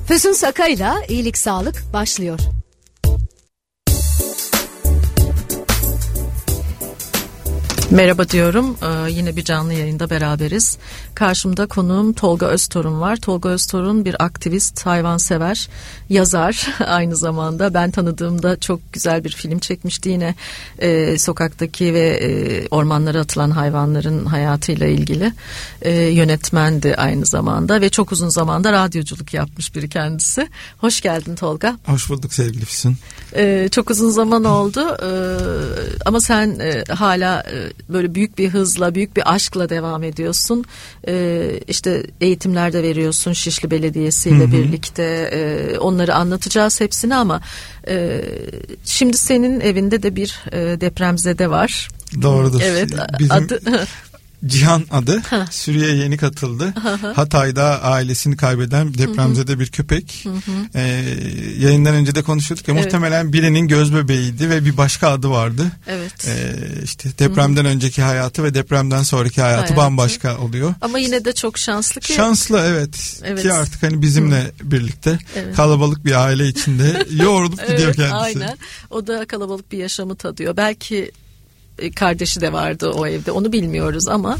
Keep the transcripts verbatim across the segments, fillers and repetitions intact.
Füsun Sakay'la İyilik Sağlık başlıyor. Merhaba diyorum. Ee, yine bir canlı yayında beraberiz. Karşımda konuğum Tolga Öztorun var. Tolga Öztorun bir aktivist, hayvansever, yazar aynı zamanda. Ben tanıdığımda çok güzel bir film çekmişti yine e, sokaktaki ve e, ormanlara atılan hayvanların hayatıyla ilgili. E, yönetmendi aynı zamanda ve çok uzun zamanda radyoculuk yapmış biri kendisi. Hoş geldin Tolga. Hoş bulduk sevgili Füsun. E, çok uzun zaman oldu e, ama sen e, hala... E, böyle büyük bir hızla, büyük bir aşkla devam ediyorsun. Ee, işte eğitimler de veriyorsun Şişli Belediyesi ile birlikte. Ee, onları anlatacağız hepsini ama e, şimdi senin evinde de bir e, depremzede var. Doğrudur. Evet. Bizim... Adı... Cihan adı. Suriye'ye yeni katıldı. Hatay'da ailesini kaybeden depremzede bir köpek. Ee, yayından önce de konuşuyorduk ya, evet. Muhtemelen birinin göz bebeğiydi ve bir başka adı vardı. Evet. Ee, işte depremden önceki hayatı ve depremden sonraki hayatı, hayatı bambaşka oluyor. Ama yine de çok şanslı ki. Şanslı evet. evet. Ki artık hani bizimle Hı. birlikte evet. kalabalık bir aile içinde yoğrulup evet, gidiyor kendisi. Aynen. O da kalabalık bir yaşamı tadıyor. Belki kardeşi de vardı o evde, onu bilmiyoruz ama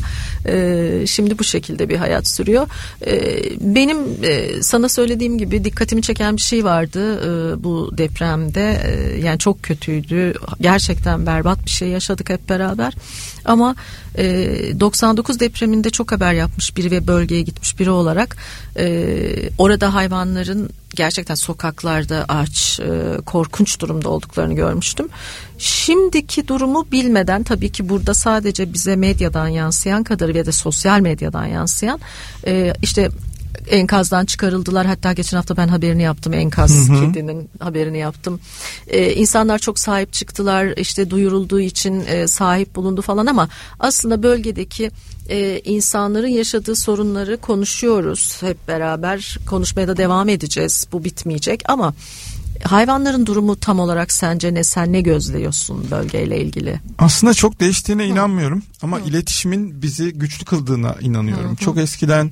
e, şimdi bu şekilde bir hayat sürüyor. E, benim e, sana söylediğim gibi dikkatimi çeken bir şey vardı e, bu depremde. E, yani çok kötüydü, gerçekten berbat bir şey yaşadık hep beraber ama e, doksan dokuz depreminde çok haber yapmış biri ve bölgeye gitmiş biri olarak e, orada hayvanların gerçekten sokaklarda aç, e, korkunç durumda olduklarını görmüştüm. Şimdiki durumu bilmeden, tabii ki burada sadece bize medyadan yansıyan kadarı ya da sosyal medyadan yansıyan e, işte enkazdan çıkarıldılar. Hatta geçen hafta ben haberini yaptım. Enkaz hı hı. kedinin haberini yaptım. Ee, insanlar çok sahip çıktılar. İşte duyurulduğu için e, sahip bulundu falan ama aslında bölgedeki e, insanların yaşadığı sorunları konuşuyoruz. Hep beraber konuşmaya da devam edeceğiz. Bu bitmeyecek ama hayvanların durumu tam olarak sence ne? Sen ne gözlüyorsun bölgeyle ilgili? Aslında çok değiştiğine Hı. inanmıyorum ama Hı. iletişimin bizi güçlü kıldığına inanıyorum. Hı. Çok eskiden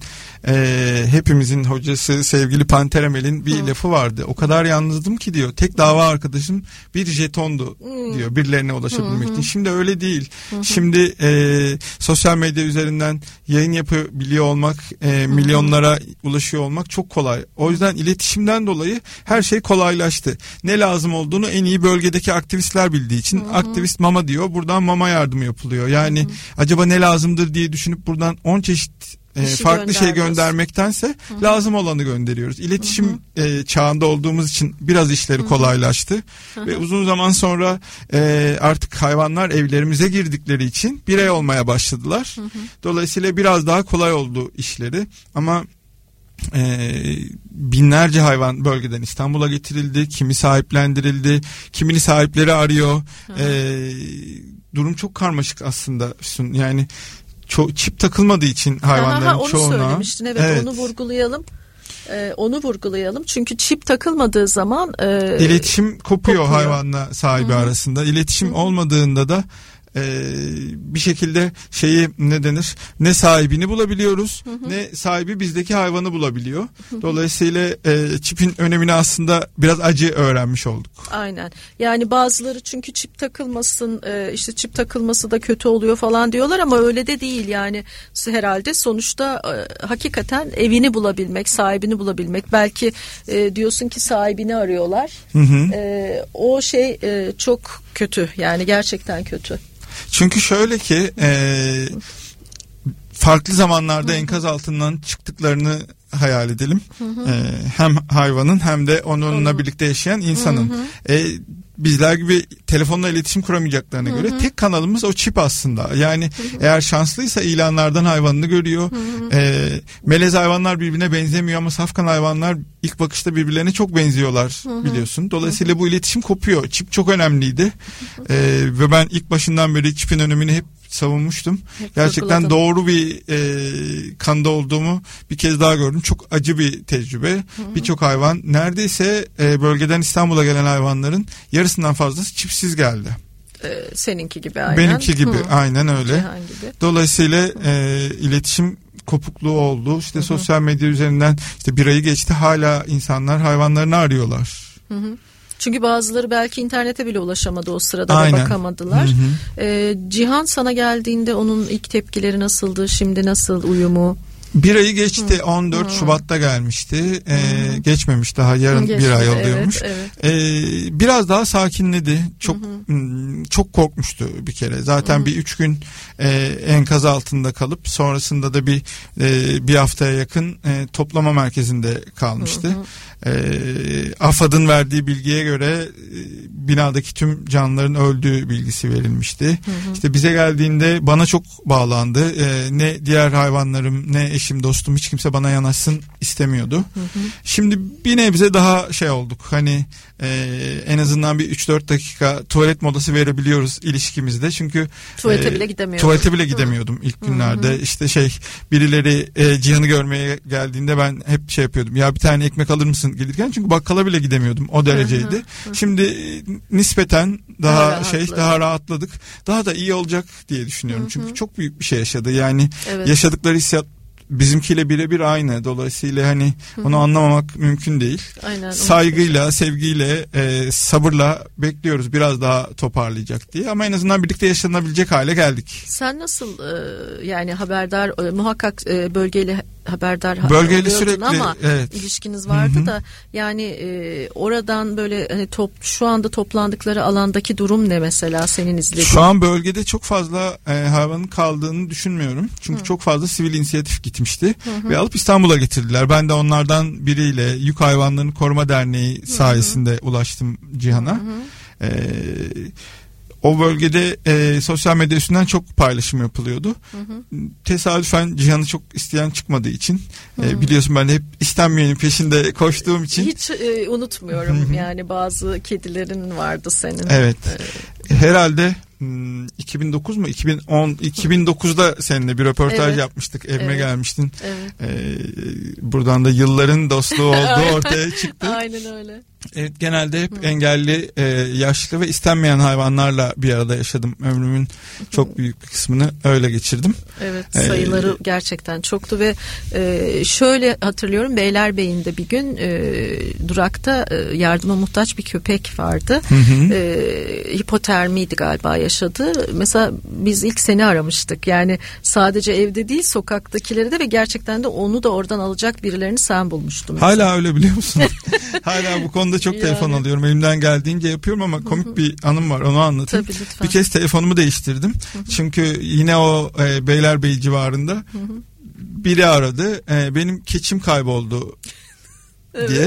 e, hepimizin hocası sevgili Panter Emel'in bir Hı. lafı vardı. O kadar yalnızdım ki diyor, tek dava arkadaşım bir jetondu Hı. diyor birilerine ulaşabilmek için. Şimdi öyle değil. Hı. Şimdi e, sosyal medya üzerinden yayın yapabiliyor olmak, e, milyonlara ulaşıyor olmak çok kolay. O yüzden iletişimden dolayı her şey kolaylaştı. Ne lazım olduğunu en iyi bölgedeki aktivistler bildiği için Hı-hı. aktivist mama diyor. Buradan mama yardımı yapılıyor. Yani Hı-hı. acaba ne lazımdır diye düşünüp buradan on çeşit e, farklı şey göndermektense Hı-hı. lazım olanı gönderiyoruz. İletişim e, çağında olduğumuz için biraz işleri Hı-hı. kolaylaştı. Hı-hı. Ve uzun zaman sonra e, artık hayvanlar evlerimize girdikleri için birey olmaya başladılar. Hı-hı. Dolayısıyla biraz daha kolay oldu işleri ama Ee, binlerce hayvan bölgeden İstanbul'a getirildi. Kimi sahiplendirildi, kimini sahipleri arıyor. Ee, durum çok karmaşık aslında. Yani çok çip takılmadığı için hayvanların ha, ha, onu çoğuna. Onu söylemiştin evet, evet. Onu vurgulayalım. Ee, onu vurgulayalım çünkü çip takılmadığı zaman e, iletişim kopuyor, kopuyor hayvanla sahibi Hı-hı. arasında. İletişim Hı-hı. olmadığında da Ee, bir şekilde şeyi ne denir, ne sahibini bulabiliyoruz, hı hı. ne sahibi bizdeki hayvanı bulabiliyor. Hı hı. Dolayısıyla e, çipin önemini aslında biraz acı öğrenmiş olduk. Aynen. Yani bazıları çünkü çip takılmasın, e, işte çip takılması da kötü oluyor falan diyorlar ama öyle de değil. Yani herhalde sonuçta e, hakikaten evini bulabilmek, sahibini bulabilmek. Belki e, diyorsun ki sahibini arıyorlar. Hı hı. E, o şey e, çok kötü. Yani gerçekten kötü. Çünkü şöyle ki e, farklı zamanlarda Hı-hı. enkaz altından çıktıklarını hayal edelim. E, hem hayvanın hem de onunla Hı-hı. birlikte yaşayan insanın. E, bizler gibi telefonla iletişim kuramayacaklarına Hı-hı. göre tek kanalımız o çip aslında. Yani Hı-hı. eğer şanslıysa ilanlardan hayvanını görüyor. E, melez hayvanlar birbirine benzemiyor ama safkan hayvanlar ilk bakışta birbirlerine çok benziyorlar Hı-hı. biliyorsun. Dolayısıyla Hı-hı. bu iletişim kopuyor. Çip çok önemliydi. E, ve ben ilk başından beri çipin önemini hep savunmuştum. Hep Gerçekten doğru bir e, kanda olduğumu bir kez daha gördüm. Çok acı bir tecrübe. Birçok hayvan, neredeyse e, bölgeden İstanbul'a gelen hayvanların yarısından fazlası çipsiz geldi. Ee, seninki gibi aynen. Benimki gibi Hı. aynen öyle. Dolayısıyla e, iletişim kopukluğu oldu. İşte hı hı. sosyal medya üzerinden işte bir ayı geçti, hala insanlar hayvanlarını arıyorlar. Hı hı. Çünkü bazıları belki internete bile ulaşamadı o sırada. Aynen. Ve bakamadılar. Hı hı. Ee, Cihan sana geldiğinde onun ilk tepkileri nasıldı? Şimdi nasıl uyumu? Bir ayı geçti. Hı. on dört Hı. Şubat'ta gelmişti. Ee, geçmemiş daha, yarın Geçti, bir ay oluyormuş. Evet, evet. Ee, biraz daha sakinledi. Çok Hı. çok korkmuştu bir kere. Zaten Hı. bir üç gün e, enkaz altında kalıp sonrasında da bir e, bir haftaya yakın e, toplama merkezinde kalmıştı. Hı. E, AFAD'ın verdiği bilgiye göre e, binadaki tüm canlıların öldüğü bilgisi verilmişti. Hı hı. İşte bize geldiğinde bana çok bağlandı. E, ne diğer hayvanlarım, ne eşim, dostum, hiç kimse bana yanaşsın istemiyordu. Hı hı. Şimdi bir nebze daha şey olduk. Hani e, en azından bir üç dört dakika tuvalet molası verebiliyoruz ilişkimizde. Çünkü tuvalete e, bile gidemiyordum. Tuvalete bile gidemiyordum hı. ilk günlerde. Hı hı. İşte şey, birileri e, Cihan'ı görmeye geldiğinde ben hep şey yapıyordum. Ya bir tane ekmek alır mısın gelirken, çünkü bakkala bile gidemiyordum. O dereceydi. Hı hı hı. Şimdi e, nispeten daha, daha şey daha rahatladık. Daha da iyi olacak diye düşünüyorum. Hı hı. Çünkü çok büyük bir şey yaşadı. Yani evet. yaşadıkları hissiyat bizimkiyle birebir aynı. Dolayısıyla hani Hı-hı. onu anlamamak mümkün değil. Aynen, saygıyla, sevgiyle, e, sabırla bekliyoruz biraz daha toparlayacak diye. Ama en azından birlikte yaşanabilecek hale geldik. Sen nasıl e, yani haberdar, e, muhakkak e, bölgeyle haberdar bölgeyle sürekli ama evet. ilişkiniz vardı Hı-hı. da yani e, oradan böyle hani top, şu anda toplandıkları alandaki durum ne mesela senin izlediğin? Şu an bölgede çok fazla e, hayvanın kaldığını düşünmüyorum. Çünkü Hı. çok fazla sivil inisiyatif gitmişti Hı-hı. ve alıp İstanbul'a getirdiler. Ben de onlardan biriyle Yük Hayvanlarını Koruma Derneği sayesinde Hı-hı. ulaştım Cihan'a. Eee O bölgede e, sosyal medya üstünden çok paylaşım yapılıyordu. Hı hı. Tesadüfen Cihan'ı çok isteyen çıkmadığı için e, biliyorsun ben de hep istenmeyenin peşinde koştuğum için. Hiç e, unutmuyorum hı hı. yani bazı kedilerin vardı senin. Evet. Ee, Herhalde iki bin dokuz mu iki bin on iki bin dokuzda seninle bir röportaj evet. yapmıştık. Evime evet. gelmiştin. Evet. Ee, buradan da yılların dostluğu olduğu ortaya çıktı. Aynen öyle. Evet, genelde hep Hı. engelli, e, yaşlı ve istenmeyen hayvanlarla bir arada yaşadım. Ömrümün çok büyük bir kısmını öyle geçirdim. Evet, sayıları ee, gerçekten çoktu ve e, şöyle hatırlıyorum, Beylerbeyi'nde bir gün e, durakta e, yardıma muhtaç bir köpek vardı. Hı hı. E, hipotermiydi galiba yaşadı. Mesela biz ilk seni aramıştık. Yani sadece evde değil, sokaktakileri de ve gerçekten de onu da oradan alacak birilerini sen bulmuştun. Mesela. Hala öyle, biliyor musun? Hala bu konuda çok yani. telefon alıyorum. Elimden geldiğince yapıyorum ama komik Hı-hı. bir anım var. Onu anlatayım. Tabii, lütfen. Bir kez telefonumu değiştirdim. Hı-hı. Çünkü yine o e, Beylerbeyi civarında Hı-hı. biri aradı. E, benim keçim kayboldu evet. diye.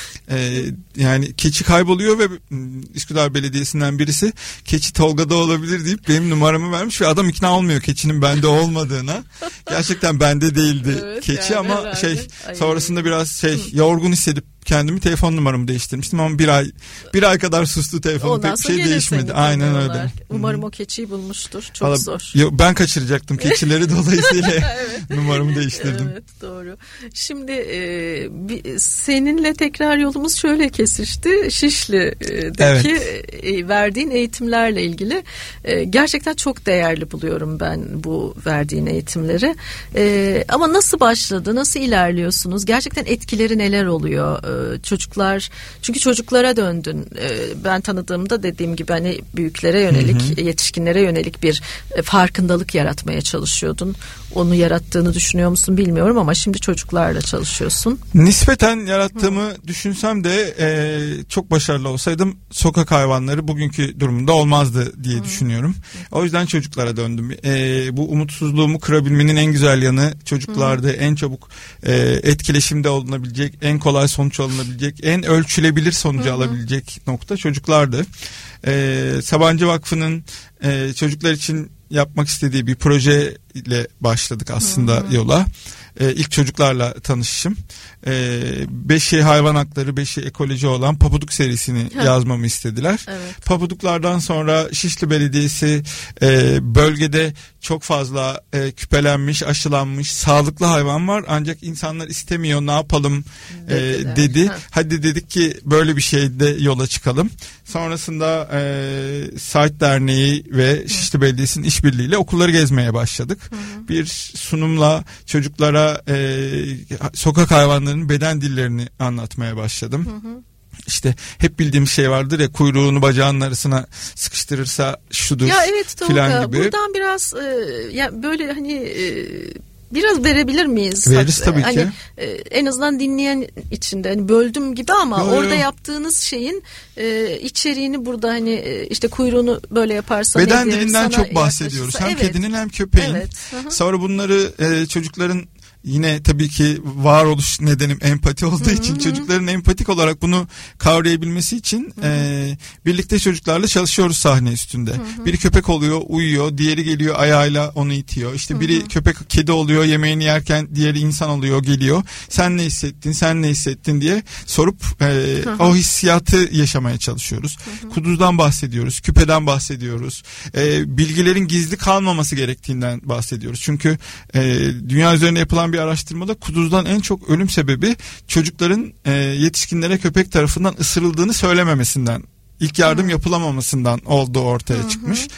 Ee, yani keçi kayboluyor ve Üsküdar Belediyesi'nden birisi keçi Tolga'da olabilir deyip benim numaramı vermiş ve adam ikna olmuyor keçinin bende olmadığına. Gerçekten bende değildi evet, keçi yani ama herhalde. şey Ay. sonrasında biraz şey yorgun hissedip kendimi, telefon numaramı değiştirmiştim ama bir ay bir ay kadar sustu telefonum, pek bir şey değişmedi. Aynen öyle. Umarım o keçiyi bulmuştur. Çok Vallahi, zor. Yo, ben kaçıracaktım keçileri dolayısıyla evet. numaramı değiştirdim. Evet, doğru. Şimdi e, bir, seninle tekrar yolumuz şöyle kesişti. Şişli'deki evet. e, verdiğin eğitimlerle ilgili e, gerçekten çok değerli buluyorum ben bu verdiğin eğitimleri. E, ama nasıl başladı? Nasıl ilerliyorsunuz? Gerçekten etkileri neler oluyor? E, çocuklar, çünkü çocuklara döndün. Ben tanıdığımda dediğim gibi hani büyüklere yönelik, hı hı. yetişkinlere yönelik bir farkındalık yaratmaya çalışıyordun. Onu yarattığını düşünüyor musun bilmiyorum ama şimdi çocuklarla çalışıyorsun. Nispeten yarattığımı hı. düşünsem de e, çok başarılı olsaydım sokak hayvanları bugünkü durumunda olmazdı diye hı. düşünüyorum. O yüzden çocuklara döndüm. E, bu umutsuzluğumu kırabilmenin en güzel yanı çocuklardı. Hı. En çabuk e, etkileşimde olunabilecek, en kolay sonuç alınabilecek, en ölçülebilir sonucu hı hı. alabilecek nokta çocuklardı. Ee, Sabancı Vakfı'nın e, çocuklar için yapmak istediği bir projeyle başladık aslında hı hı. yola. Ee, ilk çocuklarla tanışışım. e, beşi hayvan hakları, beşi ekoloji olan Pabuduk serisini Heh. yazmamı istediler. Evet. Pabuduklardan sonra Şişli Belediyesi e, bölgede çok fazla e, küpelenmiş, aşılanmış, sağlıklı hayvan var. Ancak insanlar istemiyor, ne yapalım e, dedi. Heh. Hadi dedik ki böyle bir şeyde yola çıkalım. Sonrasında e, Saat Derneği ve Şişli Belediyesi'nin işbirliğiyle okulları gezmeye başladık. Hı hı. Bir sunumla çocuklara e, sokak hayvanlarının beden dillerini anlatmaya başladım. Hı hı. İşte hep bildiğim şey vardır ya, kuyruğunu bacağının arasına sıkıştırırsa şudur ya evet, filan gibi. Buradan biraz e, ya böyle hani e, biraz verebilir miyiz? Veririz tabii hani, ki. E, en azından dinleyen içinde hani böldüm gibi ama yo, yo. orada yaptığınız şeyin e, içeriğini burada hani e, işte kuyruğunu böyle yaparsan beden dilinden çok bahsediyoruz. Hem evet. kedinin hem köpeğin. Evet. Sonra bunları e, çocukların, yine tabii ki varoluş nedenim empati olduğu Hı-hı. için çocukların empatik olarak bunu kavrayabilmesi için e, birlikte çocuklarla çalışıyoruz sahne üstünde. Hı-hı. Biri köpek oluyor, uyuyor, diğeri geliyor ayağıyla onu itiyor. İşte Hı-hı. biri köpek kedi oluyor, yemeğini yerken diğeri insan oluyor, geliyor. Sen ne hissettin, sen ne hissettin diye sorup e, o hissiyatı yaşamaya çalışıyoruz. Hı-hı. Kuduzdan bahsediyoruz, küpeden bahsediyoruz. E, bilgilerin gizli kalmaması gerektiğinden bahsediyoruz. Çünkü e, dünya üzerinde yapılan bir araştırmada kuduzdan en çok ölüm sebebi çocukların e, yetişkinlere köpek tarafından ısırıldığını söylememesinden, ilk yardım Hı. yapılamamasından olduğu ortaya Hı-hı. çıkmış.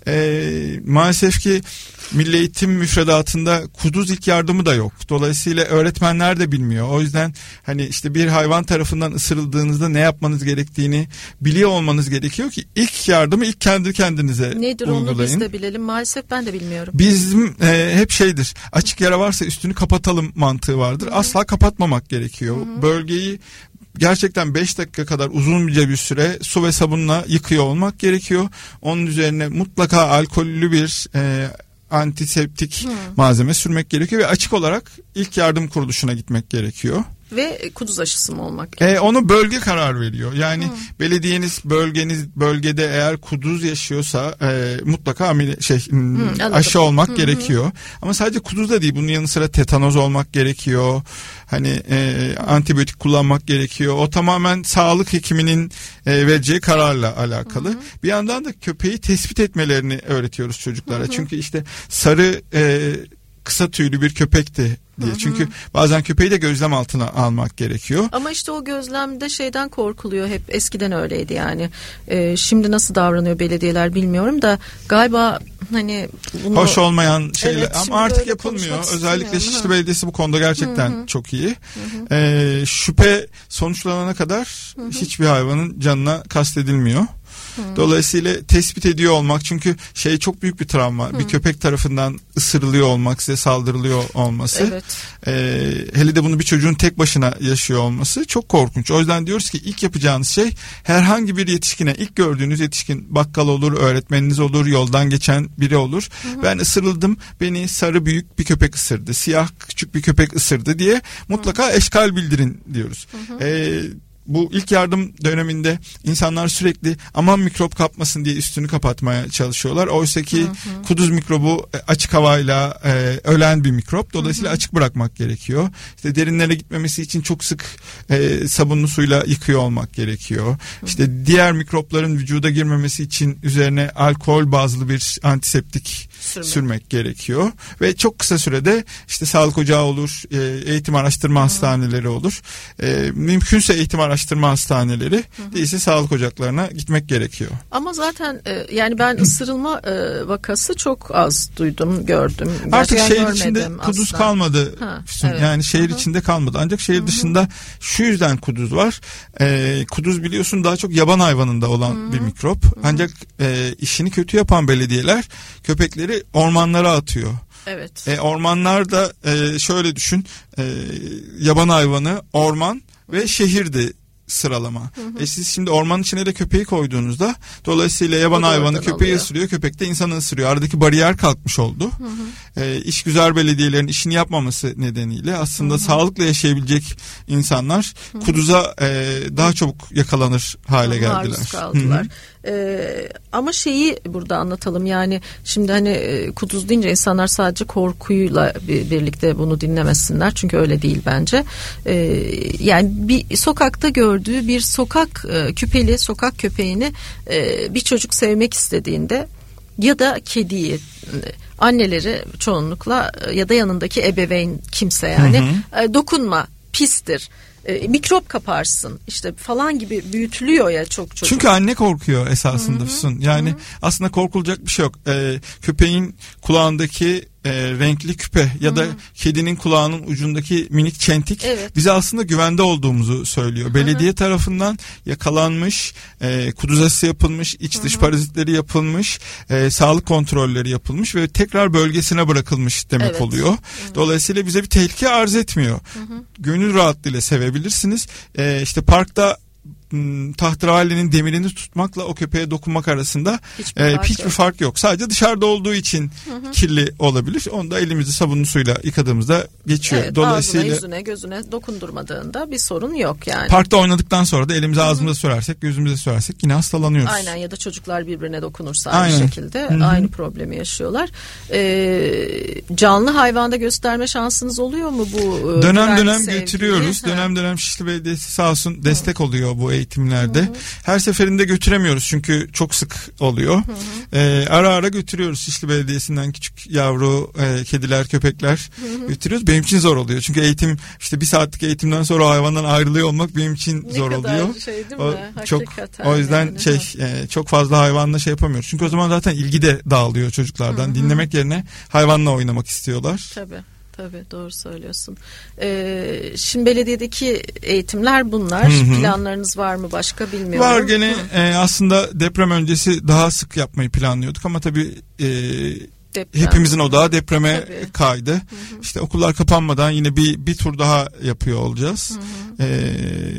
E, maalesef ki Milli Eğitim müfredatında kuduz ilk yardımı da yok. Dolayısıyla öğretmenler de bilmiyor. O yüzden hani işte bir hayvan tarafından ısırıldığınızda ne yapmanız gerektiğini biliyor olmanız gerekiyor ki ilk yardımı ilk kendi kendinize Nedir uygulayın. Nedir onu biz de bilelim. Maalesef ben de bilmiyorum. Bizim e, hep şeydir. Açık yara varsa üstünü kapatalım mantığı vardır. Hı-hı. Asla kapatmamak gerekiyor. Hı-hı. Bölgeyi gerçekten beş dakika kadar uzunca bir süre su ve sabunla yıkıyor olmak gerekiyor. Onun üzerine mutlaka alkollü bir e, antiseptik hmm. malzeme sürmek gerekiyor ve açık olarak ilk yardım kuruluşuna gitmek gerekiyor. Ve kuduz aşısı mı olmak gerekiyor? E, onu bölge karar veriyor. Yani hmm. belediyeniz bölgeniz bölgede eğer kuduz yaşıyorsa e, mutlaka ameli, şey hmm, aşı olmak hmm. gerekiyor. Ama sadece kuduz da değil, bunun yanı sıra tetanoz olmak gerekiyor. Hani e, antibiyotik kullanmak gerekiyor. O tamamen sağlık hekiminin e, vereceği kararla alakalı. Hı hı. Bir yandan da köpeği tespit etmelerini öğretiyoruz çocuklara. Hı hı. Çünkü işte sarı e, kısa tüylü bir köpekti diye. Hı hı. Çünkü bazen köpeği de gözlem altına almak gerekiyor. Ama işte o gözlemde şeyden korkuluyor, hep eskiden öyleydi yani. Ee, şimdi nasıl davranıyor belediyeler bilmiyorum da galiba hani bunu... Hoş olmayan şeyler evet, ama artık yapılmıyor. Özellikle Şişli Belediyesi bu konuda gerçekten hı hı. çok iyi. Hı hı. Ee, şüphe sonuçlanana kadar hı hı. hiçbir hayvanın canına kastedilmiyor. Hmm. Dolayısıyla tespit ediyor olmak, çünkü şey çok büyük bir travma. Hmm. Bir köpek tarafından ısırılıyor olmak, size saldırılıyor olması. Evet. Ee, hele de bunu bir çocuğun tek başına yaşıyor olması çok korkunç. O yüzden diyoruz ki ilk yapacağınız şey herhangi bir yetişkine, ilk gördüğünüz yetişkin, bakkal olur, öğretmeniniz olur, yoldan geçen biri olur. Hmm. Ben ısırıldım, beni sarı büyük bir köpek ısırdı, siyah küçük bir köpek ısırdı diye mutlaka hmm. eşkal bildirin diyoruz. Hmm. Ee, Bu ilk yardım döneminde insanlar sürekli aman mikrop kapmasın diye üstünü kapatmaya çalışıyorlar. Oysa ki hı hı. kuduz mikrobu açık havayla e, ölen bir mikrop. Dolayısıyla hı hı. açık bırakmak gerekiyor. İşte derinlere gitmemesi için çok sık e, sabunlu suyla yıkıyor olmak gerekiyor. Hı hı. İşte diğer mikropların vücuda girmemesi için üzerine alkol bazlı bir antiseptik sürmek, sürmek gerekiyor. Ve çok kısa sürede işte sağlık ocağı olur, e, eğitim araştırma hı. hastaneleri olur. E, mümkünse eğitim araştırma hastaneleri, hı hı. değilse sağlık ocaklarına gitmek gerekiyor. Ama zaten e, yani ben ısırılma e, vakası çok az duydum, gördüm. Artık yani şehir içinde kuduz aslında kalmadı. Ha, evet. Yani şehir hı hı. içinde kalmadı. Ancak şehir hı hı. dışında şu yüzden kuduz var. E, kuduz biliyorsun daha çok yaban hayvanında olan hı hı. bir mikrop. Hı hı. Ancak e, işini kötü yapan belediyeler köpekleri ormanlara atıyor. Evet. E, ormanlarda e, şöyle düşün, e, yaban hayvanı, orman ve şehirdi sıralama. Hı hı. E siz şimdi ormanın içine de köpeği koyduğunuzda dolayısıyla yaban hayvanı köpeği alıyor. ısırıyor, köpek de insanı ısırıyor. Aradaki bariyer kalkmış oldu. Hı hı. E, işgüzar belediyelerin işini yapmaması nedeniyle aslında hı hı. sağlıklı yaşayabilecek insanlar hı hı. kuduza e, daha çabuk yakalanır hale geldiler. Maruz kaldılar. Ee, ama şeyi burada anlatalım, yani şimdi hani e, kuduz deyince insanlar sadece korkuyla birlikte bunu dinlemesinler, çünkü öyle değil bence. Ee, yani bir sokakta gördüğü bir sokak e, küpeli sokak köpeğini e, bir çocuk sevmek istediğinde ya da kediyi, anneleri çoğunlukla ya da yanındaki ebeveyn kimse yani hı hı. dokunma, pistir, e, mikrop kaparsın işte falan gibi büyütülüyor ya çok çocuk. Çünkü anne korkuyor esasında Füsun. Yani hı hı. aslında korkulacak bir şey yok. Ee, köpeğin kulağındaki e, renkli küpe ya da hı hı. kedinin kulağının ucundaki minik çentik evet. bize aslında güvende olduğumuzu söylüyor. Belediye hı hı. tarafından yakalanmış, e, kuduzası yapılmış, iç dış hı hı. parazitleri yapılmış, e, sağlık kontrolleri yapılmış ve tekrar bölgesine bırakılmış demek evet. oluyor. Hı hı. Dolayısıyla bize bir tehlike arz etmiyor. Hı hı. Gönül rahatlığıyla sevebilirsiniz. E, işte parkta tahterevalinin demirini tutmakla o köpeğe dokunmak arasında hiçbir, e, fark, hiçbir yok. fark yok. Sadece dışarıda olduğu için hı hı. kirli olabilir. Onu da elimizi sabunlu suyla yıkadığımızda geçiyor. Evet, dolayısıyla ağzına, yüzüne, gözüne dokundurmadığında bir sorun yok yani. Parkta oynadıktan sonra da elimizi ağzımıza sürersek, gözümüze sürersek yine hastalanıyoruz. Aynen, ya da çocuklar birbirine dokunursa aynı Aynen. şekilde hı hı. aynı problemi yaşıyorlar. Ee, canlı hayvanda gösterme şansınız oluyor mu bu? Dönem dönem sevgili? götürüyoruz. Ha. Dönem dönem Şişli Belediyesi sağ olsun destek hı. oluyor bu eğitimlerde. Hı hı. Her seferinde götüremiyoruz çünkü çok sık oluyor. Hı hı. Ee, ara ara götürüyoruz. Şişli Belediyesi'nden küçük yavru e, kediler, köpekler hı hı. götürüyoruz. Benim için zor oluyor. Çünkü eğitim, işte bir saatlik eğitimden sonra o hayvandan ayrılıyor olmak benim için ne zor oluyor. Şey değil mi? O, çok, o yüzden yani. şey e, çok fazla hayvanla şey yapamıyoruz. Çünkü o zaman zaten ilgi de dağılıyor çocuklardan. Hı hı. Dinlemek yerine hayvanla oynamak istiyorlar. Tabii. Tabii, doğru söylüyorsun. Ee, şimdi belediyedeki eğitimler bunlar. Hı hı. Planlarınız var mı başka, bilmiyorum. Var gene e, aslında deprem öncesi daha sık yapmayı planlıyorduk ama tabii e, Deprem. hepimizin odağı depreme tabii. kaydı. Hı hı. İşte okullar kapanmadan yine bir bir tur daha yapıyor olacağız. Hı hı. E,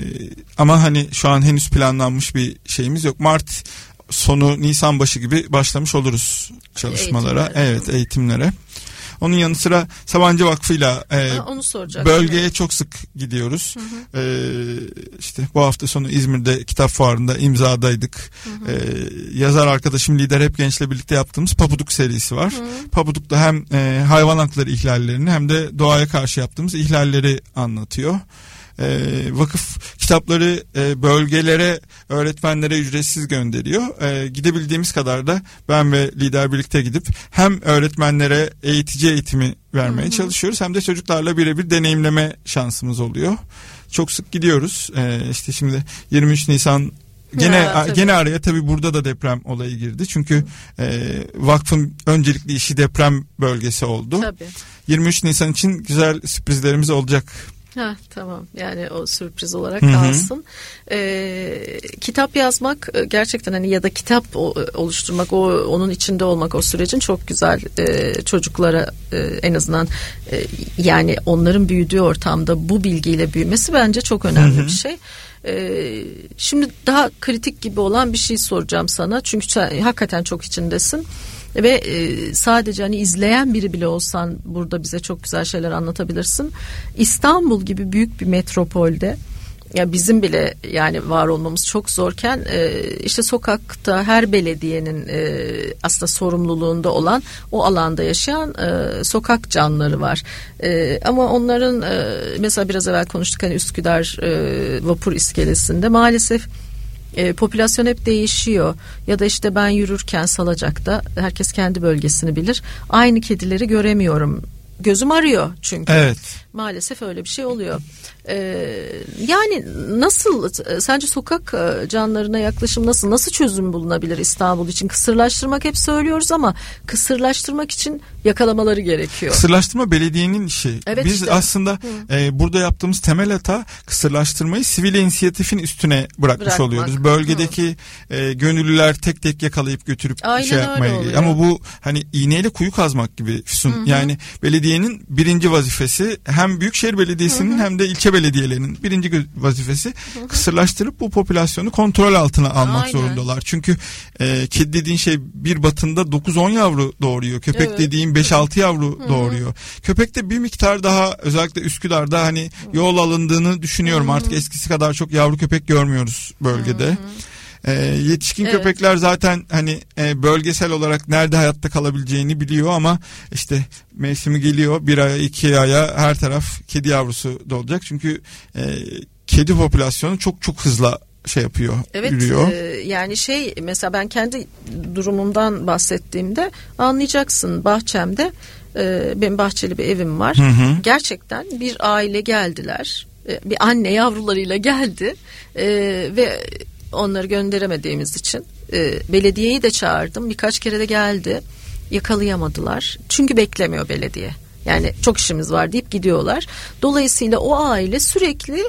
ama hani şu an henüz planlanmış bir şeyimiz yok. Mart sonu Nisan başı gibi başlamış oluruz çalışmalara. Eğitimlere. Evet, eğitimlere. Onun yanı sıra Sabancı Vakfı'yla e, ha, bölgeye çok sık gidiyoruz. Hı hı. E, işte bu hafta sonu İzmir'de kitap fuarında imzadaydık. Hı hı. E, yazar arkadaşım Lider Hep Genç'le birlikte yaptığımız Pabuduk serisi var. Hı. Pabuduk'ta hem e, hayvan hakları ihlallerini hem de doğaya karşı yaptığımız ihlalleri anlatıyor. E, vakıf kitapları e, bölgelere, öğretmenlere ücretsiz gönderiyor. E, gidebildiğimiz kadar da ben ve lider birlikte gidip hem öğretmenlere eğitici eğitimi vermeye hı hı. çalışıyoruz, hem de çocuklarla birebir deneyimleme şansımız oluyor. Çok sık gidiyoruz. E, işte şimdi yirmi üç Nisan Gene ya, gene araya tabii burada da deprem olayı girdi. Çünkü e, vakfın öncelikli işi deprem bölgesi oldu. Tabii. yirmi üç Nisan için güzel sürprizlerimiz olacak. Ha, tamam, yani o sürpriz olarak kalsın. Ee, kitap yazmak gerçekten hani ya da kitap oluşturmak, o onun içinde olmak, o sürecin çok güzel. Ee, çocuklara e, en azından e, yani onların büyüdüğü ortamda bu bilgiyle büyümesi bence çok önemli hı hı. bir şey. Ee, şimdi daha kritik gibi olan bir şey soracağım sana, çünkü sen hakikaten çok içindesin. Ve e, sadece hani izleyen biri bile olsan burada bize çok güzel şeyler anlatabilirsin. İstanbul gibi büyük bir metropolde, ya bizim bile yani var olmamız çok zorken e, işte sokakta her belediyenin e, aslında sorumluluğunda olan o alanda yaşayan e, sokak canlıları var. E, ama onların e, mesela biraz evvel konuştuk hani Üsküdar e, vapur iskelesinde maalesef E, popülasyon hep değişiyor, ya da işte ben yürürken Salacak'ta, herkes kendi bölgesini bilir, aynı kedileri göremiyorum, gözüm arıyor çünkü. Evet. Maalesef öyle bir şey oluyor. Ee, yani nasıl, sence sokak canlılarına yaklaşım nasıl, nasıl çözüm bulunabilir İstanbul için? Kısırlaştırmak hep söylüyoruz ama kısırlaştırmak için yakalamaları gerekiyor. Kısırlaştırma belediyenin işi. Evet, Biz işte. aslında e, burada yaptığımız temel hata kısırlaştırmayı sivil inisiyatifin üstüne bırakmış Bırakmak. oluyoruz. Bölgedeki e, gönüllüler tek tek yakalayıp götürüp Aynen şey yapmaya. Ama bu hani iğneyle kuyu kazmak gibi Füsun. Hı hı. Yani belediyenin birinci vazifesi, hem Büyükşehir Belediyesi'nin hı hı. hem de ilçe belediyelerinin birinci vazifesi hı hı. kısırlaştırıp bu popülasyonu kontrol altına almak Aynen. zorundalar. Çünkü e, kedi dediğin şey bir batında dokuz on yavru doğuruyor. Köpek evet. dediğin beş altı yavru hı hı. doğuruyor. Köpekte bir miktar daha, özellikle Üsküdar'da hani yol alındığını düşünüyorum. Hı hı. Artık eskisi kadar çok yavru köpek görmüyoruz bölgede. Hı hı. E, yetişkin Evet. köpekler zaten hani e, bölgesel olarak nerede hayatta kalabileceğini biliyor ama işte mevsimi geliyor, bir aya iki aya her taraf kedi yavrusu doğacak. Çünkü e, kedi popülasyonu çok çok hızlı şey yapıyor, evet, yürüyor. E, yani şey mesela ben kendi durumumdan bahsettiğimde anlayacaksın. Bahçemde e, benim bahçeli bir evim var. Hı hı. Gerçekten bir aile geldiler. E, bir anne yavrularıyla geldi e, ve onları gönderemediğimiz için e, belediyeyi de çağırdım. Birkaç kere de geldi. Yakalayamadılar. Çünkü beklemiyor belediye. Yani çok işimiz var deyip gidiyorlar. Dolayısıyla o aile sürekli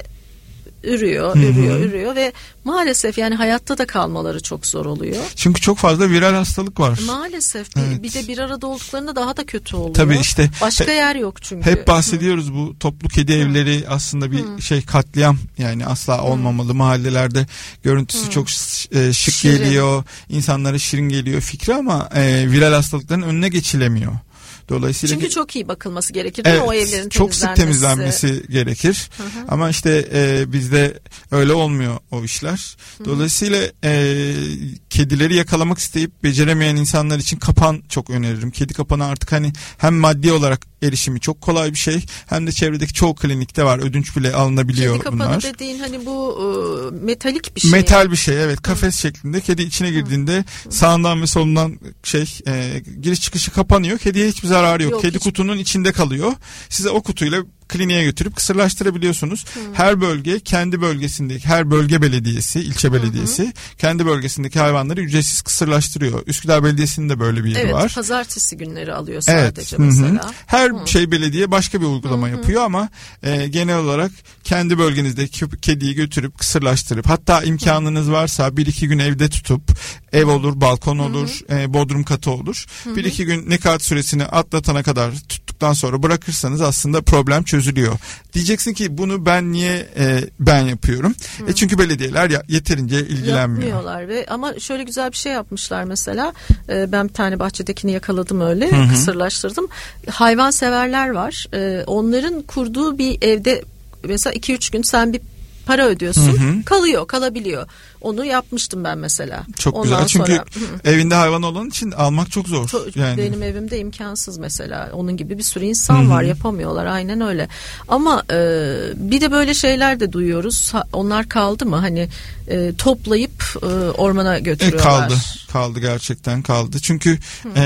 ürüyor, ürüyor, Hı-hı. ürüyor ve maalesef yani hayatta da kalmaları çok zor oluyor. Çünkü çok fazla viral hastalık var. Maalesef bir, evet. bir de bir arada olduklarında daha da kötü oluyor. Tabii işte. Başka he, yer yok çünkü. Hep bahsediyoruz Hı. bu toplu kedi Hı. evleri aslında bir Hı. şey katliam yani asla Hı. olmamalı. Mahallelerde görüntüsü Hı. çok e, şık şirin. geliyor, insanlara şirin geliyor fikri ama e, viral hastalıkların önüne geçilemiyor. Dolayısıyla çünkü çok iyi bakılması gerekir değil evet, mi o evlerin temizlenmesi? Çok sık temizlenmesi gerekir. Hı hı. Ama işte e, bizde öyle olmuyor o işler. Hı hı. Dolayısıyla e, kedileri yakalamak isteyip beceremeyen insanlar için kapan çok öneririm. Kedi kapanı artık hani hem maddi olarak erişimi çok kolay bir şey hem de çevredeki çoğu klinikte var. Ödünç bile alınabiliyor bunlar. Kedi kapanı bunlar. dediğin hani bu e, metalik bir şey. Metal bir şey evet, kafes Hı. şeklinde. Kedi içine girdiğinde Hı. sağından ve solundan şey e, giriş çıkışı kapanıyor. Kediye hiçbir zararı yok. yok Kedi hiç... kutunun içinde kalıyor. Size o kutuyla kliniğe götürüp kısırlaştırabiliyorsunuz. Hı. Her bölge kendi bölgesindeki, her bölge belediyesi, ilçe belediyesi hı hı. kendi bölgesindeki hayvanları ücretsiz kısırlaştırıyor. Üsküdar Belediyesi'nin de böyle bir yeri evet, var. Evet, pazartesi günleri alıyor sadece evet. mesela. Hı hı. Her hı. şey belediye başka bir uygulama hı hı. yapıyor ama e, genel olarak kendi bölgenizdeki kediyi götürüp kısırlaştırıp hatta imkanınız varsa bir iki gün evde tutup ev olur, balkon olur, hı hı. E, bodrum katı olur. Hı hı. Bir iki gün nekat süresini atlatana kadar tuttuktan sonra bırakırsanız aslında problem çözülüyor. Diyeceksin ki bunu ben niye e, ben yapıyorum? Hı. E çünkü belediyeler ya, yeterince ilgilenmiyor. Yapmıyorlar ve ama şöyle güzel bir şey yapmışlar mesela. E, ben bir tane bahçedekini yakaladım öyle, hı hı. kısırlaştırdım. Hayvanseverler var. E, onların kurduğu bir evde mesela iki üç gün sen bir para ödüyorsun. Hı hı. Kalıyor, kalabiliyor. Onu yapmıştım ben mesela. Çok Ondan güzel. Çünkü sonra, evinde hayvan olan için almak çok zor. Çok, yani. Benim evimde imkansız mesela. Onun gibi bir sürü insan Hı-hı. var, yapamıyorlar. Aynen öyle. Ama e, bir de böyle şeyler de duyuyoruz. Ha, onlar kaldı mı? Hani e, toplayıp e, ormana götürüyorlar. E, kaldı. Kaldı gerçekten kaldı. Çünkü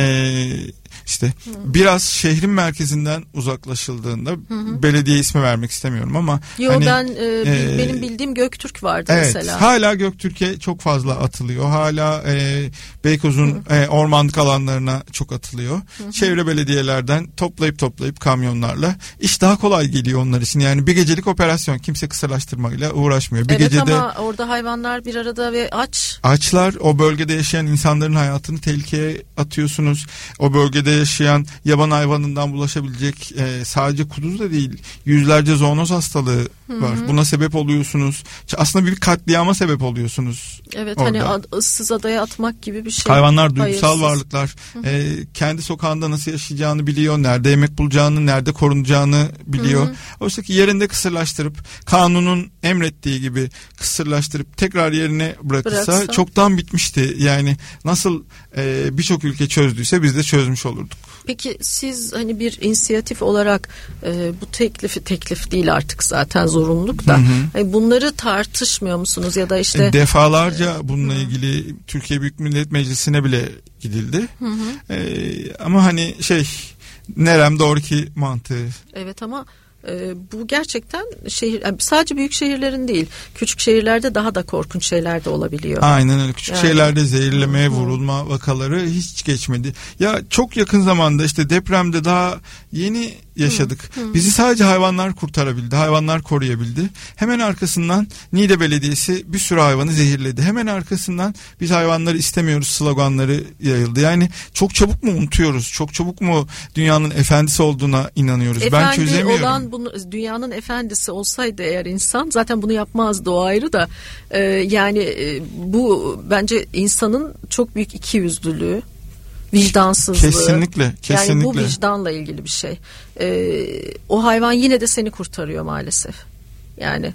e, işte Hı. biraz şehrin merkezinden uzaklaşıldığında Hı-hı. belediye ismi vermek istemiyorum ama Yo hani, ben e, e, benim bildiğim Göktürk vardı evet, mesela. Hala Göktürk'e çok fazla atılıyor. Hala e, Beykoz'un e, ormanlık alanlarına çok atılıyor. Hı-hı. Çevre belediyelerden toplayıp toplayıp kamyonlarla iş daha kolay geliyor onlar için. Yani bir gecelik operasyon, kimse kısırlaştırmayla uğraşmıyor. Bir evet gecede ama orada hayvanlar bir arada ve aç. Açlar, o bölgede yaşayan insanların hayatını tehlikeye atıyorsunuz. O bölgede yaşayan yaban hayvanından bulaşabilecek e, sadece kuduz da değil, yüzlerce zoonoz hastalığı Hı-hı. var. Buna sebep oluyorsunuz. Aslında bir katliama sebep oluyorsunuz. Evet orada. Hani ad, ıssız adaya atmak gibi bir şey. Hayvanlar duygusal Hayırsız. varlıklar. E, kendi sokağında nasıl yaşayacağını biliyor. Nerede yemek bulacağını, nerede korunacağını biliyor. Hı-hı. Oysa ki yerinde kısırlaştırıp kanunun emrettiği gibi kısırlaştırıp tekrar yerine bırakırsa Bıraksa. çoktan bitmişti. Yani nasıl e, birçok ülke çözdüyse biz de çözmüş olurduk. Peki siz hani bir inisiyatif olarak e, bu teklifi teklif değil artık zaten zorunluluk da hani bunları tartışmıyor musunuz ya da işte defalarca bununla hı. ilgili Türkiye Büyük Millet Meclisi'ne bile gidildi. Hı hı. E, ama hani şey nerem doğru ki mantığı. Evet ama Ee, bu gerçekten şehir sadece büyük şehirlerin değil, küçük şehirlerde daha da korkunç şeyler de olabiliyor. Aynen öyle. Küçük yani. şehirlerde zehirlemeye, vurulma vakaları hiç geçmedi. Ya çok yakın zamanda işte depremde daha yeni yaşadık. Hı, hı. Bizi sadece hayvanlar kurtarabildi. Hayvanlar koruyabildi. Hemen arkasından Niğde Belediyesi bir sürü hayvanı zehirledi. Hemen arkasından biz hayvanları istemiyoruz sloganları yayıldı. Yani çok çabuk mu unutuyoruz? Çok çabuk mu dünyanın efendisi olduğuna inanıyoruz? Efendi ben çözemiyorum. Olan bunu, dünyanın efendisi olsaydı eğer insan zaten bunu yapmazdı, o ayrı da. Ee, yani e, bu bence insanın çok büyük ikiyüzlülüğü. Vicdansızlığı. Kesinlikle, kesinlikle. Yani bu vicdanla ilgili bir şey. Ee, o hayvan yine de seni kurtarıyor maalesef. Yani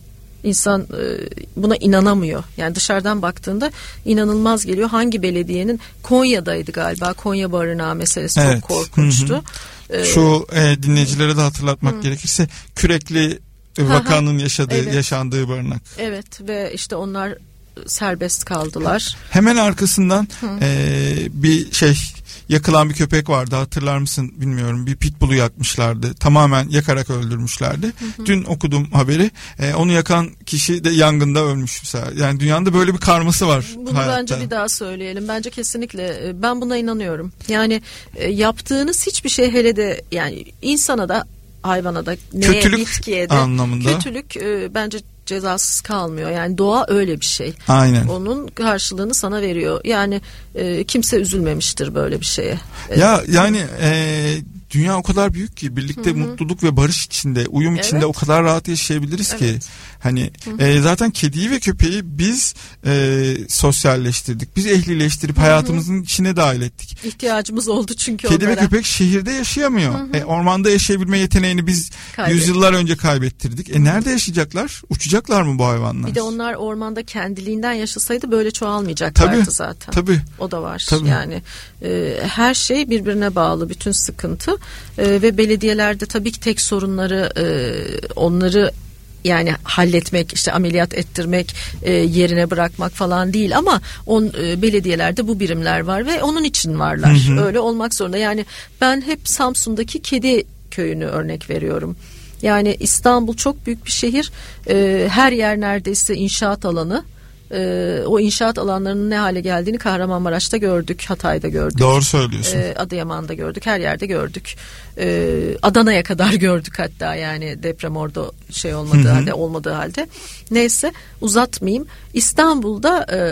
İnsan e, buna inanamıyor. Yani dışarıdan baktığında inanılmaz geliyor. Hangi belediyenin, Konya'daydı galiba, Konya barınağı meselesi evet. çok korkunçtu. Ee, Şu e, dinleyicilere de hatırlatmak hı. gerekirse Kürekli vakanın yaşadığı evet. yaşandığı barınak. Evet ve işte onlar serbest kaldılar. Hemen arkasından e, bir şey yakılan bir köpek vardı, hatırlar mısın bilmiyorum, bir pitbull'u yakmışlardı, tamamen yakarak öldürmüşlerdi. Hı hı. Dün okudum haberi, e, onu yakan kişi de yangında ölmüş mesela. Yani dünyada böyle bir karması var. Bunu hayatta. Bence bir daha söyleyelim. Bence kesinlikle ben buna inanıyorum. Yani e, yaptığınız hiçbir şey, hele de yani insana da hayvana da, neye, kötülük bitkiye de anlamında. Kötülük e, bence cezasız kalmıyor. Yani doğa öyle bir şey. Aynen. Onun karşılığını sana veriyor. Yani e, kimse üzülmemiştir böyle bir şeye. Ya yani e, dünya o kadar büyük ki birlikte hı hı. mutluluk ve barış içinde, uyum evet. içinde o kadar rahat yaşayabiliriz evet. ki. Hani e, zaten kediyi ve köpeği biz e, sosyalleştirdik. Biz ehlileştirip hı hı. hayatımızın içine dahil ettik. İhtiyacımız oldu çünkü Kedi onlara. ve köpek şehirde yaşayamıyor. Hı hı. E, ormanda yaşayabilme yeteneğini biz Kaybettik. yüzyıllar önce kaybettirdik. E nerede yaşayacaklar? Uçacaklar mı bu hayvanlar? Bir de onlar ormanda kendiliğinden yaşasaydı böyle çoğalmayacaklardı tabii, zaten. Tabii. O da var. Tabii. Yani e, her şey birbirine bağlı, bütün sıkıntı. E, ve belediyelerde tabii ki tek sorunları e, onları yani halletmek, işte ameliyat ettirmek, e, yerine bırakmak falan değil ama on e, belediyelerde bu birimler var ve onun için varlar. Hı hı. Öyle olmak zorunda. Yani ben hep Samsun'daki kedi köyünü örnek veriyorum. Yani İstanbul çok büyük bir şehir. E, her yer neredeyse inşaat alanı. Ee, o inşaat alanlarının ne hale geldiğini Kahramanmaraş'ta gördük, Hatay'da gördük. Doğru söylüyorsun. Ee, Adıyaman'da gördük, her yerde gördük. Ee, Adana'ya kadar gördük hatta, yani deprem orada şey olmadığı Hı-hı. halde, olmadığı halde. Neyse, uzatmayayım. İstanbul'da e,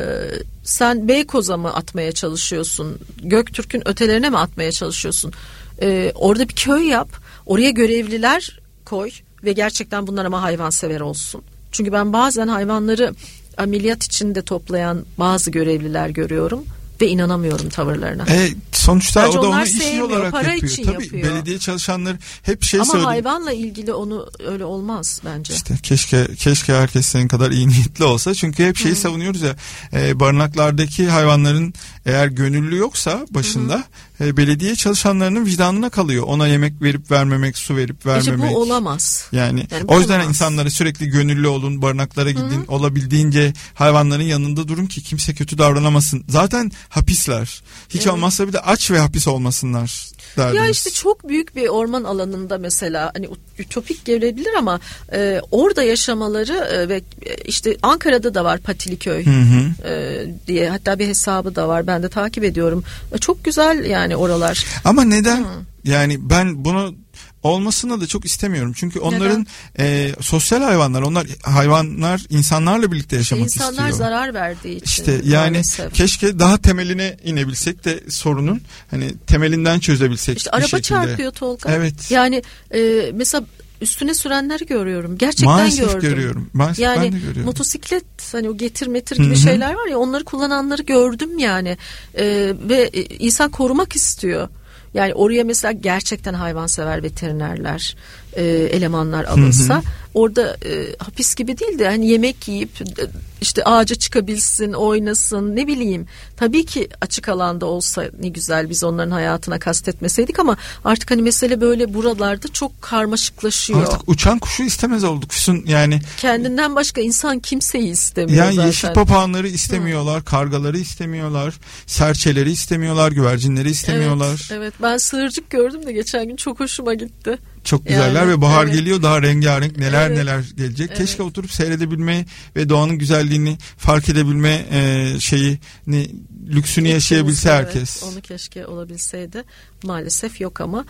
sen Beykoz'a mı atmaya çalışıyorsun? Göktürk'ün ötelerine mi atmaya çalışıyorsun? Ee, orada bir köy yap, oraya görevliler koy ve gerçekten bunlar ama hayvansever olsun. Çünkü ben bazen hayvanları ameliyat içinde toplayan bazı görevliler görüyorum ve inanamıyorum tavırlarına. E, sonuçta Bence o da onu iş olarak para yapıyor. için Tabii yapıyor. Belediye çalışanları hep şey Ama söylüyor. Ama hayvanla ilgili onu öyle olmaz bence. İşte keşke keşke herkes senin kadar iyi niyetli olsa. Çünkü hep şeyi hmm. savunuyoruz ya, e, barınaklardaki hayvanların eğer gönüllü yoksa başında hmm. e, belediye çalışanlarının vicdanına kalıyor. Ona yemek verip vermemek, su verip vermemek. İşte bu olamaz. Yani, yani o yüzden olamaz. insanlara sürekli gönüllü olun, barınaklara gidin, hmm. olabildiğince hayvanların yanında durun ki kimse kötü davranamazsın. Zaten hapisler. Hiç evet. olmazsa bir de aç ve hapis olmasınlar derdiniz. Ya işte çok büyük bir orman alanında mesela, hani ütopik gelebilir ama e, orada yaşamaları e, ve işte Ankara'da da var Patiliköy hı hı. E, diye, hatta bir hesabı da var, ben de takip ediyorum. E, çok güzel yani oralar. Ama neden? Hı. Yani ben bunu olmasını da çok istemiyorum. Çünkü onların e, sosyal hayvanlar, onlar hayvanlar insanlarla birlikte yaşamak İnsanlar istiyor. İnsanlar zarar verdiği için. İşte yani maalesef. Keşke daha temeline inebilsek de sorunun, hani temelinden çözebilsek. İşte araba şekilde. Çarpıyor Tolga. Evet. Yani e, mesela üstüne sürenleri görüyorum. Gerçekten Maalesef gördüm. görüyorum. Maalesef yani ben de görüyorum. Motosiklet, hani o getir metir gibi Hı-hı. şeyler var ya, onları kullananları gördüm yani. E, ve insan korumak istiyor. Yani oraya mesela gerçekten hayvansever veterinerler, e, elemanlar alınsa, hı hı. orada e, hapis gibi değil de hani yemek yiyip e, işte ağaca çıkabilsin, oynasın, ne bileyim. Tabii ki açık alanda olsa ne güzel, biz onların hayatına kastetmeseydik ama artık hani mesele böyle buralarda çok karmaşıklaşıyor. Artık uçan kuşu istemez olduk Füsun, yani. Kendinden başka insan kimseyi istemiyor yani zaten. Yeşil papağanları istemiyorlar, hı. kargaları istemiyorlar, serçeleri istemiyorlar, güvercinleri istemiyorlar. Evet, evet. Ben sığırcık gördüm de geçen gün, çok hoşuma gitti. Çok güzeller yani, ve bahar evet. geliyor, daha rengarenk neler evet. neler gelecek. Evet. Keşke oturup seyredebilmeyi ve doğanın güzelliğini fark edebilme e, şeyini, lüksünü İlk yaşayabilse evet. herkes. Onu keşke olabilseydi. Maalesef yok ama.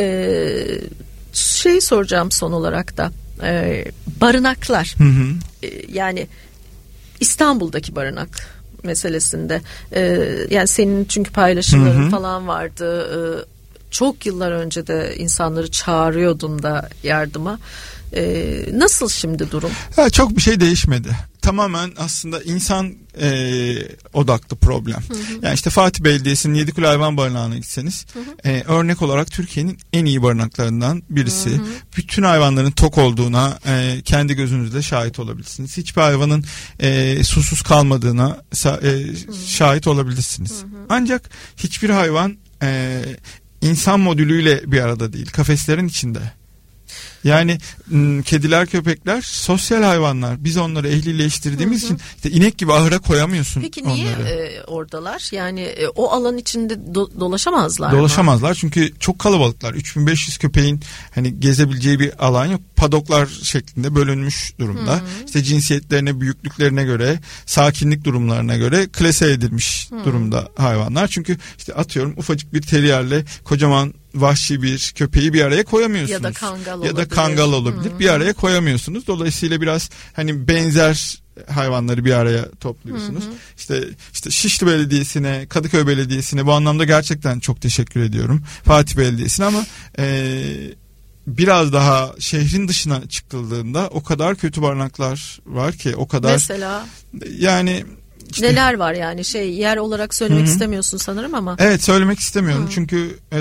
Ee, şey soracağım son olarak da. Ee, barınaklar. Hı hı. Ee, yani İstanbul'daki barınak meselesinde. Ee, yani senin çünkü paylaşımların hı hı. falan vardı. Ee, Çok yıllar önce de insanları çağırıyordun da yardıma. Ee, nasıl şimdi durum? Ha, çok bir şey değişmedi. Tamamen aslında insan e, odaklı problem. Hı hı. Yani işte Fatih Belediyesi'nin Yedikule Hayvan Barınağı'na gitseniz hı hı. E, örnek olarak Türkiye'nin en iyi barınaklarından birisi. Hı hı. Bütün hayvanların tok olduğuna e, kendi gözünüzle şahit olabilirsiniz. Hiçbir hayvanın e, susuz kalmadığına e, şahit olabilirsiniz. Hı hı. Ancak hiçbir hayvan e, insan modülüyle bir arada değil. Kafeslerin içinde. Yani kediler, köpekler sosyal hayvanlar. Biz onları ehlileştirdiğimiz hı hı. için işte inek gibi ahıra koyamıyorsun onları. Peki niye e, oradalar? Yani e, o alan içinde do- dolaşamazlar Dolaşamazlar mı? Çünkü çok kalabalıklar. üç bin beş yüz köpeğin hani gezebileceği bir alan yok. Padoklar şeklinde bölünmüş durumda. Hı hı. İşte cinsiyetlerine, büyüklüklerine göre, sakinlik durumlarına göre klase edilmiş hı. durumda hayvanlar. Çünkü işte atıyorum ufacık bir teriyerle kocaman vahşi bir köpeği bir araya koyamıyorsunuz. Ya da kangal olabilir. Ya da kangal olabilir. Hmm. Bir araya koyamıyorsunuz. Dolayısıyla biraz hani benzer hayvanları bir araya topluyorsunuz. Hmm. İşte işte Şişli Belediyesi'ne, Kadıköy Belediyesi'ne bu anlamda gerçekten çok teşekkür ediyorum. Fatih Belediyesi'ne ama e, biraz daha şehrin dışına çıkıldığında o kadar kötü barınaklar var ki, o kadar. Mesela yani İşte, neler var yani şey yer olarak söylemek hı-hı. istemiyorsun sanırım ama. Evet, söylemek istemiyorum. Hı. Çünkü e,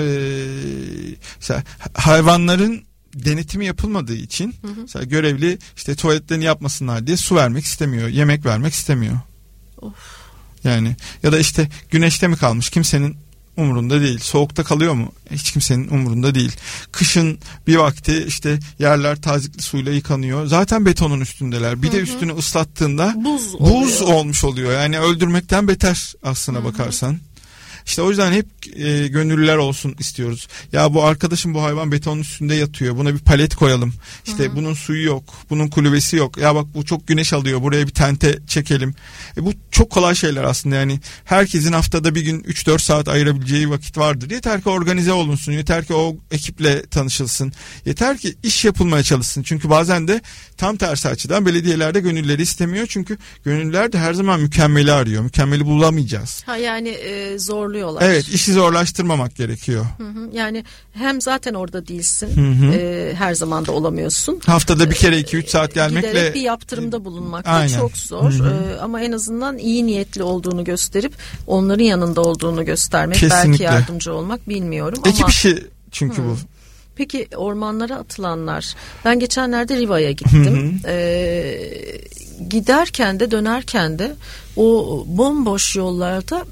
mesela hayvanların denetimi yapılmadığı için hı hı. mesela görevli işte tuvaletlerini yapmasınlar diye su vermek istemiyor, yemek vermek istemiyor. Of. Yani ya da işte güneşte mi kalmış, kimsenin umurunda değil. Soğukta kalıyor mu? Hiç kimsenin umurunda değil. Kışın bir vakti işte yerler tazikli suyla yıkanıyor. Zaten betonun üstündeler. Bir hı hı. de üstünü ıslattığında buz, buz olmuş oluyor. Yani öldürmekten beter aslına hı hı. bakarsan. İşte o yüzden hep e, gönüllüler olsun istiyoruz. Ya bu arkadaşım, bu hayvan betonun üstünde yatıyor. Buna bir palet koyalım. İşte Hı-hı. bunun suyu yok. Bunun kulübesi yok. Ya bak bu çok güneş alıyor. Buraya bir tente çekelim. E, bu çok kolay şeyler aslında. Yani herkesin haftada bir gün üç dört saat ayırabileceği vakit vardır. Yeter ki organize olunsun. Yeter ki o ekiple tanışılsın. Yeter ki iş yapılmaya çalışsın. Çünkü bazen de tam tersi açıdan belediyelerde gönüllüleri istemiyor. Çünkü gönüllüler de her zaman mükemmeli arıyor. Mükemmeli bulamayacağız. Ha yani e, zorluyorlar. Evet, işi zorlaştırmamak gerekiyor. Hı hı. Yani hem zaten orada değilsin, hı hı. E, her zaman da olamıyorsun. Haftada bir kere iki üç saat gelmekle giderek bir yaptırımda bulunmak da çok zor. Hı hı. E, ama en azından iyi niyetli olduğunu gösterip onların yanında olduğunu göstermek, kesinlikle. Belki yardımcı olmak, bilmiyorum. Ekip ama... işi çünkü hı. bu. Peki ormanlara atılanlar. Ben geçenlerde Riva'ya gittim. Hı hı. E, giderken de dönerken de o bomboş yollarda,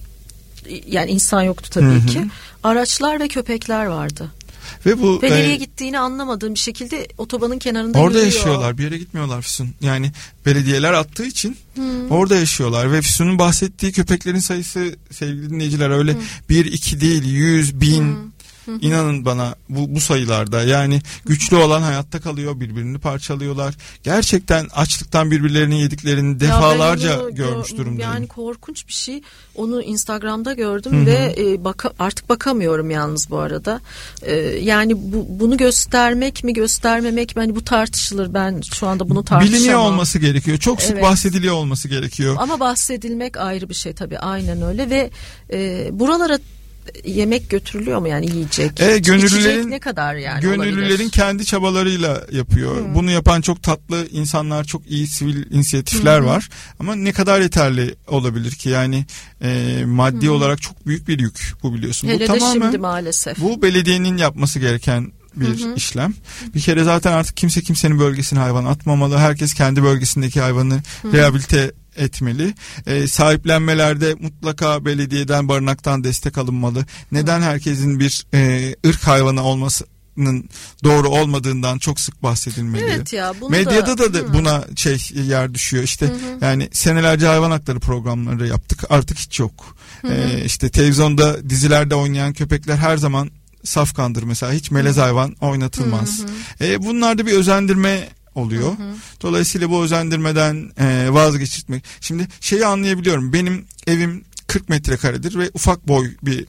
yani insan yoktu tabii hı hı. ki. Araçlar ve köpekler vardı. Ve bu ve nereye e, gittiğini anlamadığım bir şekilde otobanın kenarında orada yürüyor. yaşıyorlar. Bir yere gitmiyorlar Füsun. Yani belediyeler attığı için hı. orada yaşıyorlar ve Füsun'un bahsettiği köpeklerin sayısı, sevgili dinleyiciler, öyle hı. bir iki değil, yüz, bin. Hı. Hı hı. İnanın bana bu, bu sayılarda, yani güçlü olan hayatta kalıyor, birbirini parçalıyorlar. Gerçekten açlıktan birbirlerinin yediklerini defalarca onu, görmüş durumdayım. Yani korkunç bir şey. Onu Instagram'da gördüm hı hı. ve e, baka, artık bakamıyorum yalnız bu arada. E, yani bu, bunu göstermek mi göstermemek mi, hani bu tartışılır. Ben şu anda bunu tartışamam. Biliniyor olması gerekiyor. Çok sık evet. bahsediliyor olması gerekiyor. Ama bahsedilmek ayrı bir şey tabii, aynen öyle. Ve e, buralara yemek götürülüyor mu, yani yiyecek? E, gönüllülerin ne kadar yani gönüllülerin olabilir? Kendi çabalarıyla yapıyor. Hmm. Bunu yapan çok tatlı insanlar, çok iyi sivil inisiyatifler hmm. var. Ama ne kadar yeterli olabilir ki? Yani e, maddi hmm. olarak çok büyük bir yük bu, biliyorsun. Hele bu de tamamen şimdi maalesef. Bu belediyenin yapması gereken bir hı hı. işlem. Bir kere zaten artık kimse kimsenin bölgesine hayvan atmamalı. Herkes kendi bölgesindeki hayvanı hı. rehabilite etmeli. E, sahiplenmelerde mutlaka belediyeden, barınaktan destek alınmalı. Neden herkesin bir e, ırk hayvanı olmasının doğru olmadığından çok sık bahsedilmeli. Evet ya, bunu medyada da, da, da buna şey yer düşüyor. İşte hı hı. yani senelerce hayvan hakları programları yaptık. Artık hiç yok. Hı hı. E, işte televizyonda, dizilerde oynayan köpekler her zaman safkandır mesela. Hiç melez hı. hayvan oynatılmaz. Hı hı. E, bunlarda bir özendirme oluyor. Hı hı. Dolayısıyla bu özendirmeden e, vazgeçirtmek. Şimdi şeyi anlayabiliyorum. Benim evim kırk metrekaredir ve ufak boy bir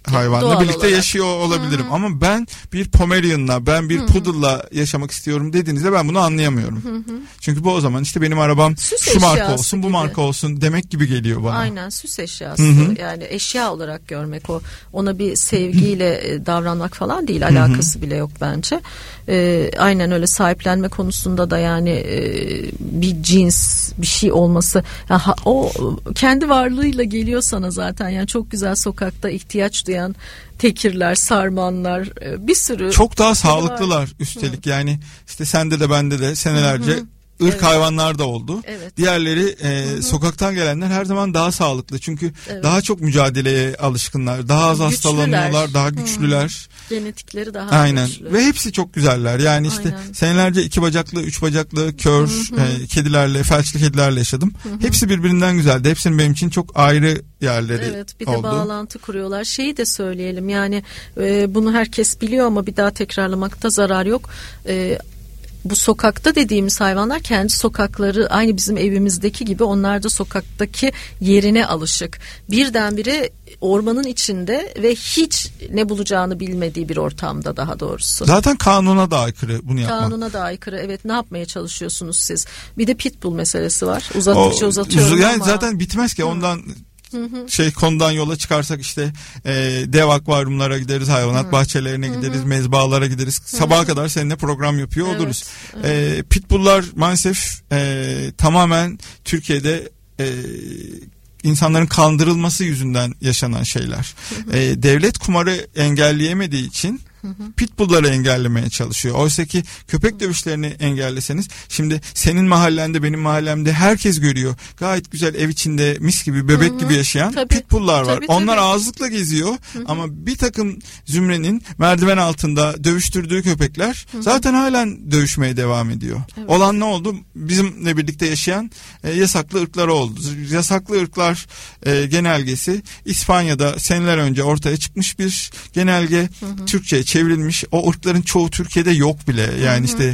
hayvanla doğal birlikte olarak yaşıyor olabilirim. Hı-hı. Ama ben bir Pomeranian'la, ben bir Hı-hı. Poodle'la yaşamak istiyorum dediğinizde ben bunu anlayamıyorum. Hı-hı. Çünkü bu o zaman işte benim arabam süs şu marka olsun, gibi. bu marka olsun demek gibi geliyor bana. Aynen, süs eşyası. Hı-hı. Yani eşya olarak görmek, o ona bir sevgiyle davranmak falan değil, alakası Hı-hı. bile yok bence. Ee, aynen öyle, sahiplenme konusunda da yani e, bir cins, bir şey olması, yani ha, o kendi varlığıyla geliyor sana zaten. Yani çok güzel, sokakta ihtiyaç duyan tekirler, sarmanlar, bir sürü. Çok daha sağlıklılar var. Üstelik Hı. yani işte sende de bende de senelerce Hı-hı. ırk evet. hayvanlar da oldu. Evet. Diğerleri e, sokaktan gelenler her zaman daha sağlıklı. Çünkü evet. daha çok mücadeleye alışkınlar. Daha az güçlüler. Hastalanıyorlar, daha güçlüler. Hı. Genetikleri daha Aynen. güçlü. Ve hepsi çok güzeller. Yani işte Aynen. senelerce iki bacaklı, üç bacaklı, kör e, kedilerle, felçli kedilerle yaşadım. Hı hı. Hepsi birbirinden güzeldi. Hepsinin benim için çok ayrı yerleri oldu. Evet, bir de oldu. Bağlantı kuruyorlar. Şeyi de söyleyelim, yani e, bunu herkes biliyor ama bir daha tekrarlamakta zarar yok. E, Bu sokakta dediğimiz hayvanlar kendi sokakları aynı bizim evimizdeki gibi, onlar da sokaktaki yerine alışık. Birdenbire ormanın içinde ve hiç ne bulacağını bilmediği bir ortamda, daha doğrusu. Zaten kanuna da aykırı bunu yapmak. Kanuna da aykırı, evet. Ne yapmaya çalışıyorsunuz siz? Bir de pitbull meselesi var. Uzattıkça o, uzatıyorum yani ama. Zaten bitmez ki ondan... Hı hı. Şey konudan yola çıkarsak işte e, dev akvaryumlara gideriz, hayvanat hı. bahçelerine hı hı. gideriz, mezbahalara gideriz. Hı hı. Sabaha kadar seninle program yapıyor evet, oluruz. Evet. E, pitbulllar maalesef e, tamamen Türkiye'de e, insanların kandırılması yüzünden yaşanan şeyler. Hı hı. E, devlet kumarı engelleyemediği için pitbullları engellemeye çalışıyor. Oysa ki köpek dövüşlerini engelleseniz, şimdi senin mahallende, benim mahallemde herkes görüyor. Gayet güzel ev içinde mis gibi, bebek Hı-hı. gibi yaşayan tabii, pitbulllar var. Tabii, Onlar tabii. ağızlıkla geziyor. Hı-hı. Ama bir takım zümrenin merdiven altında dövüştürdüğü köpekler Hı-hı. zaten halen dövüşmeye devam ediyor. Evet. Olan ne oldu? Bizimle birlikte yaşayan e, yasaklı ırklar oldu. Yasaklı ırklar e, genelgesi İspanya'da seneler önce ortaya çıkmış bir genelge. Hı-hı. Türkçe çevrilmiş. O ırkların çoğu Türkiye'de yok bile. Yani hı hı. işte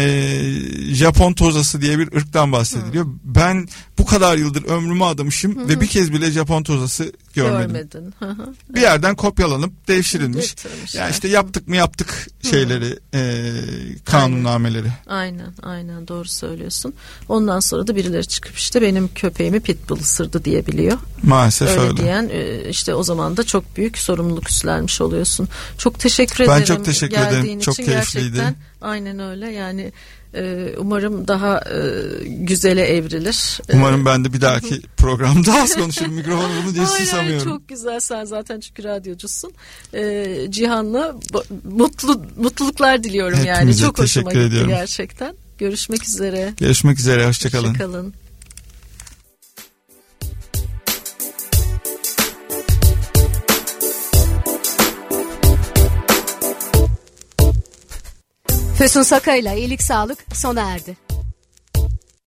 e, Japon tozası diye bir ırktan bahsediliyor. Hı. Ben bu kadar yıldır ömrümü adamışım hı hı. ve bir kez bile Japon tozası görmedim. Görmedin. Hı hı. Bir yerden kopyalanıp devşirilmiş. Ya yani işte yaptık mı yaptık şeyleri, e, kanunnameleri. Aynen, aynen doğru söylüyorsun. Ondan sonra da birileri çıkıp işte benim köpeğimi pitbull ısırdı diyebiliyor. Maalesef öyle. Öyle diyen işte o zaman da çok büyük sorumluluk üstlenmiş oluyorsun. Çok teşekkür ederim. Ben çok teşekkür ederim. Çok keyifliydi. Gerçekten, aynen öyle. Yani e, umarım daha e, güzele evrilir. Umarım ben de bir dahaki programda az konuşurum. Mikrofonu bunu diye susamıyorum. Çok güzel, sen zaten çünkü radyocusun. E, Cihan'la mutlu mutluluklar diliyorum. Hepinize yani. Çok hoşuma gitti ediyorum. Gerçekten. Görüşmek üzere. Görüşmek üzere. Hoşçakalın. Hoşçakalın. Füsun Sakay'la iyilik sağlık sona erdi.